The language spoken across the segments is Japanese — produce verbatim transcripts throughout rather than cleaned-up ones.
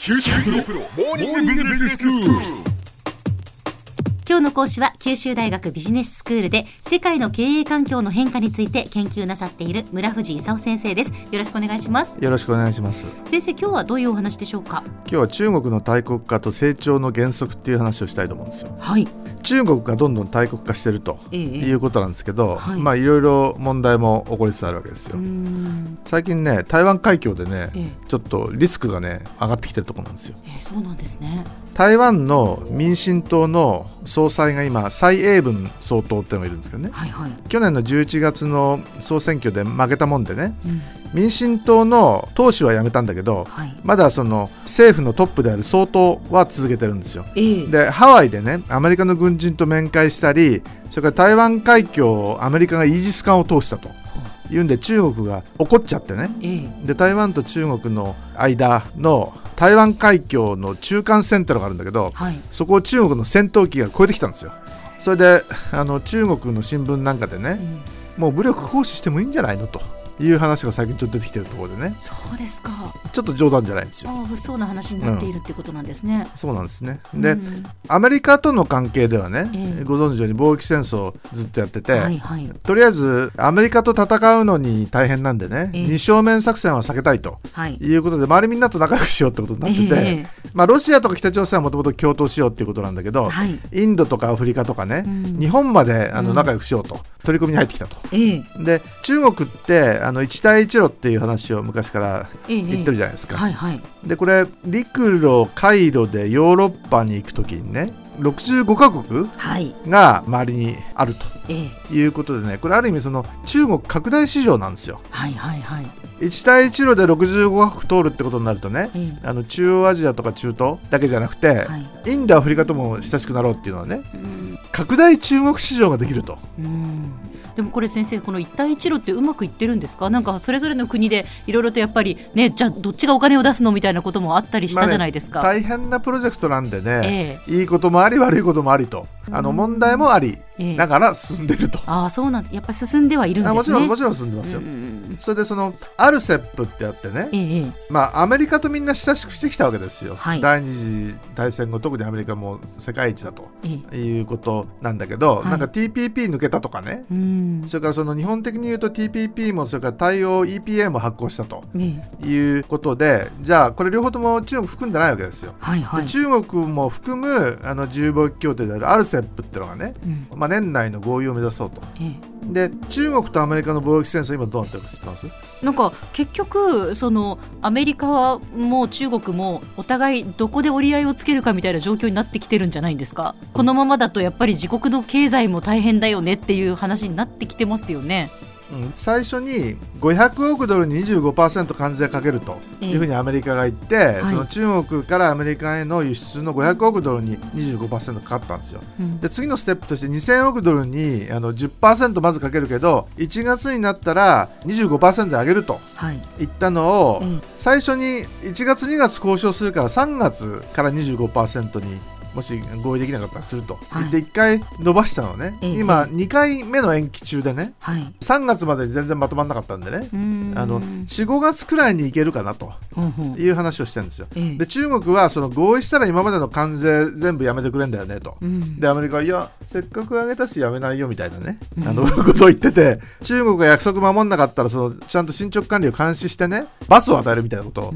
九州大学モーニングビジネススクール。 今日の講師は九州大学ビジネススクールで世界の経営環境の変化について研究なさっている村藤勲先生です。よろしくお願いします。 よろしくお願いします。 先生、今日はどういうお話でしょうか？ 今日は中国の大国化と成長の原則っていう話をしたいと思うんですよ。 はい。 中国がどんどん大国化しているということなんですけど、 ええ、 まあいろいろ問題も起こりつつあるわけですよ。 うーん最近ね、台湾海峡でね、 ええ、 ちょっとリスクがね上がってきてるところなんですよ。 えー、そうなんですね。 台湾の民進党の総裁が今蔡英文総統っていうのがいるんですけどね、 はいはい。 去年のじゅういちがつの総選挙で負けたもんでね、 うん民進党の党首は辞めたんだけど、 はい。 まだその政府のトップである総統は続けてるんですよ。 えー、 でハワイでねアメリカの軍人と面会したり、それから台湾海峡をアメリカがイージス艦を通したというんで中国が怒っちゃってね、 えー、 で台湾と中国の間の台湾海峡の中間線ってのがあるんだけど、 はい。 そこを中国の戦闘機が越えてきたんですよ。それであの中国の新聞なんかでね、 うん、 もう武力行使してもいいんじゃないのという話が最近ちょっと出てきてるところでね、 そうですか。 ちょっと冗談じゃないんですよ。 ああ、物騒な話になっているってことなんですね。 そうなんですね。で、 うん、 アメリカとの関係ではね、 ええ、 ご存知のように貿易戦争をずっとやってて、 はいはい。 とりあえずアメリカと戦うのに大変なんでね、 ええ、 二正面作戦は避けたいとはい。 いうことで、周りみんなと仲良くしようってことになってて、 ええ、 まあ、ロシアとか北朝鮮はもともと共闘しようっていうことなんだけど、 はい。 インドとかアフリカとかね、 うん、 日本まであのうん仲良くしようと取り組みに入ってきたと。 ええ、 で中国ってあの一帯一路っていう話を昔からええ、 言ってるじゃないですか、 はいはい。 でこれ陸路海路でヨーロッパに行くときにねろくじゅうごカ国はい。 が周りにあるええ、 ということでね、これある意味その中国拡大市場なんですよ。 はいはいはい。 一帯一路でろくじゅうごカ国通るってことになるとね、 ええ、 あの中央アジアとか中東だけじゃなくて、 はい。 インドアフリカとも親しくなろうっていうのはね、 うん拡大中国市場ができると。 うんでもこれ先生、この一帯一路ってうまくいってるんですか？なんかそれぞれの国でいろいろとやっぱりね、じゃあどっちがお金を出すのみたいなこともあったりしたじゃないですか。 まあね、大変なプロジェクトなんでね、 えいいこともあり悪いこともありと、あの問題もありええながら進んでると。 ああ、そうなんです。やっぱり進んではいるんですね。 あもちろんもちろん進んでますよ。 うんそれでそのアルセップってあってね、 ええ、 まあ、アメリカとみんな親しくしてきたわけですよ、 はい、 第二次大戦後特にアメリカも世界一だとええ、 いうことなんだけど、 はい、 なんか ティーピーピー 抜けたとかね、 うん、 それからその日本的に言うと ティーピーピー もそれから対応 イーピーエー も発行したとええ、 いうことで、じゃあこれ両方とも中国含んでないわけですよ、 はいはい、 で中国も含むあの自由貿易協定であるアルセップっていうのがね、 うんまあ、年内の合意を目指そうと、 ええ、 で中国とアメリカの貿易戦争今どうなってるか知ってます？ なんか結局そのアメリカも中国もお互いどこで折り合いをつけるかみたいな状況になってきてるんじゃないんですか？このままだとやっぱり自国の経済も大変だよねっていう話になってきてますよね。 うん、最初にごひゃくおくドルに にじゅうごパーセント 関税かけるというふうにアメリカが言って、ええその中国からアメリカへの輸出のごひゃくおくドルに にじゅうごパーセント かかったんですよ、うん、で次のステップとしてにせんおくドルにあの じゅっパーセント まずかけるけどいちがつになったら にじゅうごパーセント 上げると言ったのを、はい、最初にいちがつにがつ交渉するからさんがつから にじゅうごパーセント にもし合意できなかったらすると言っていっかい伸ばしたのね、はい、今にかいめの延期中でね、はい、さんがつまで全然まとまらなかったんでね、あの よんごがつくらいにいけるかなという話をしてるんですよ、うん、で中国はその合意したら今までの関税全部やめてくれんだよねと、うん、でアメリカはいやせっかく上げたしやめないよみたいなね、うん、あのことを言ってて、中国が約束守んなかったらそのちゃんと進捗管理を監視してね罰を与えるみたいなことを、うん、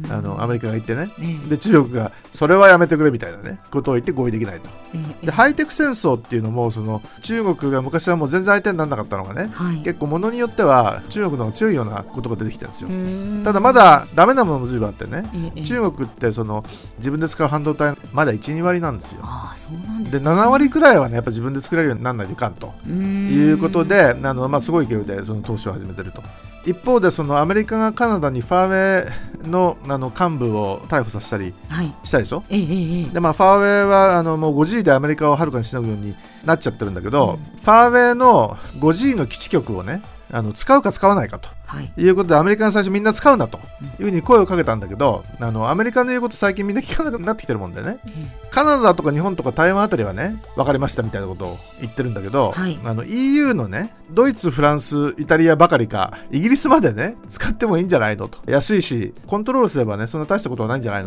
あのアメリカが言ってね、うん、で中国がそれはやめてくれみたいなねことを言って合意できないと、うん、でハイテク戦争っていうのもその中国が昔はもう全然相手にならなかったのがね、はい、結構物によっては中国の方が強いようなことが出てきてるんですよ。ただまだダメなものも随分あってね、中国ってその自分で使う半導体まだ いち、にわりなんですよ。 あ、そうなんですね。 でななわりくらいはねやっぱ自分で作れるようにならないといかんということで、あの、まあ、すごい勢いでその投資を始めてると。一方でそのアメリカがカナダにファーウェイ の, あの幹部を逮捕させたりしたでしょ、はい、えええでまあ、ファーウェイはあのもう ごジー でアメリカをはるかにしのぐようになっちゃってるんだけど、うん、ファーウェイの ごジー の基地局をねあの使うか使わないかと、はい、いうことでアメリカが最初みんな使うんだというふうに声をかけたんだけど、うん、あのアメリカの言うこと最近みんな聞かなくなってきてるもんでね、うん、カナダとか日本とか台湾あたりはね分かりましたみたいなことを言ってるんだけど、はい、あの イーユー のねドイツフランスイタリアばかりかイギリスまでね使ってもいいんじゃないのと、安いしコントロールすればねそんな大したことはないんじゃないのと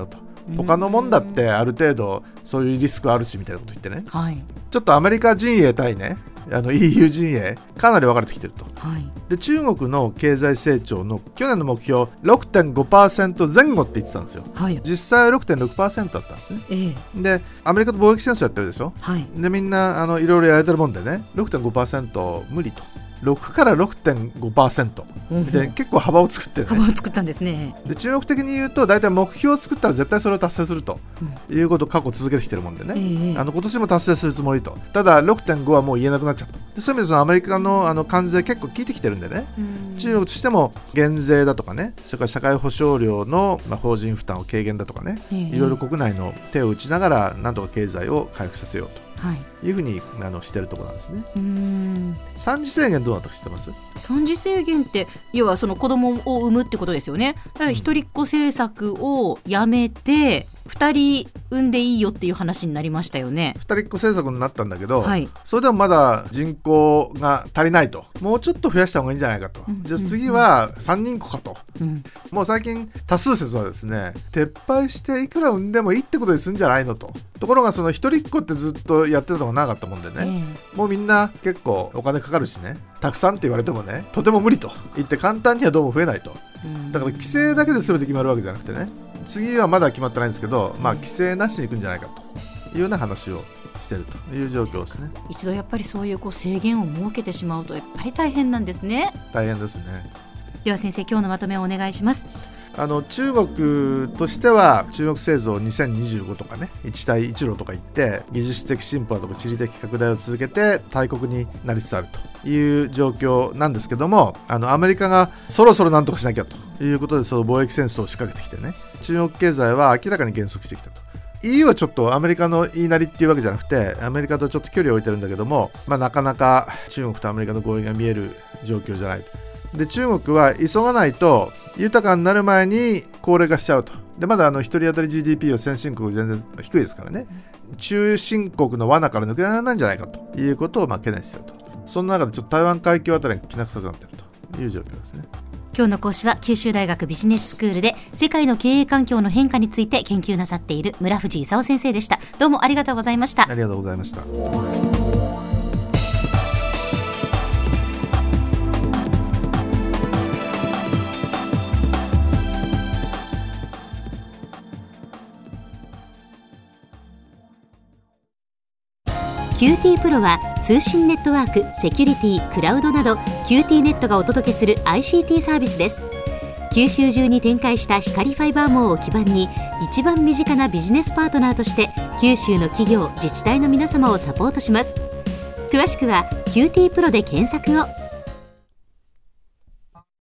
他のもんだってある程度そういうリスクあるしみたいなこと言ってね、 はい、 ちょっとアメリカ陣営対ねあの イーユー 陣営かなり分かれてきてると、はい、で中国の経済成長の去年の目標 ろくてんごパーセント 前後って言ってたんですよ、はい、実際は ろくてんろくパーセント だったんですね、ええ、でアメリカと貿易戦争やってるでしょ、はい、でみんなあのいろいろやられてるもんでね ろくてんごパーセント 無理とろくから ろくてんごパーセント で結構幅を作って、ね、 幅を作ったんですね。 で中国的に言うと大体目標を作ったら絶対それを達成すると、うん、いうことを過去続けてきてるもんでね、えー、あの今年も達成するつもりと。ただ ろくてんご はもう言えなくなっちゃった。でそういう意味でそのアメリカ の, あの関税結構効いてきてるんでね、うん、中国としても減税だとかね、それから社会保障料の、まあ、法人負担を軽減だとかね、えー、いろいろ国内の手を打ちながらなんとか経済を回復させようとはい、いうふうにあのしてるところなんですね。うーん三次制限どうなったか知ってます？ 三次制限って要はその子供を産むってことですよね。だから一人っ子政策をやめてふたり産んでいいよっていう話になりましたよね。 ふたりっ子政策になったんだけど、はい、それでもまだ人口が足りないと、もうちょっと増やした方がいいんじゃないかと、うん、じゃあ次はさんにん子かと、うん、もう最近多数説はですね、撤廃していくら産んでもいいってことにするんじゃないのと。ところがその一人っ子ってずっとやってたのがなかったもんでね、うん、もうみんな結構お金かかるしね、たくさんって言われてもねとても無理と言って簡単にはどうも増えないと、うん、だから規制だけで全て決まるわけじゃなくてね、次はまだ決まってないんですけど、まあ、規制なしにいくんじゃないかというような話をしているという状況ですね。 一度やっぱりそういうこう制限を設けてしまうとやっぱり大変なんですね。 大変ですね。 では先生、今日のまとめをお願いします。 あの中国としては中国製造にせんにじゅうごとかね、一帯一路とか言って技術的進歩とか地理的拡大を続けて大国になりつつあるという状況なんですけども、あのアメリカがそろそろ何とかしなきゃということでその貿易戦争を仕掛けてきてね、中国経済は明らかに減速してきたと。 イーユー はちょっとアメリカの言いなりっていうわけじゃなくてアメリカとちょっと距離を置いてるんだけども、まあ、なかなか中国とアメリカの合意が見える状況じゃないと。で中国は急がないと豊かになる前に高齢化しちゃうと。でまだあのひとり当たり ジーディーピー は先進国全然低いですからね、中進国の罠から抜けられないんじゃないかということをまあ懸念していると。その中でちょっと台湾海峡あたりがきな臭くなっているという状況ですね。 今日の講師は九州大学ビジネススクールで世界の経営環境の変化について研究なさっている村藤勲先生でした。どうもありがとうございました。 ありがとうございました。 キューティー プロは通信ネットワーク、セキュリティ、クラウドなど キューティー ネットがお届けする アイシーティー サービスです。九州中に展開した光ファイバー網を基盤に一番身近なビジネスパートナーとして九州の企業、自治体の皆様をサポートします。詳しくは キューティー プロで検索を。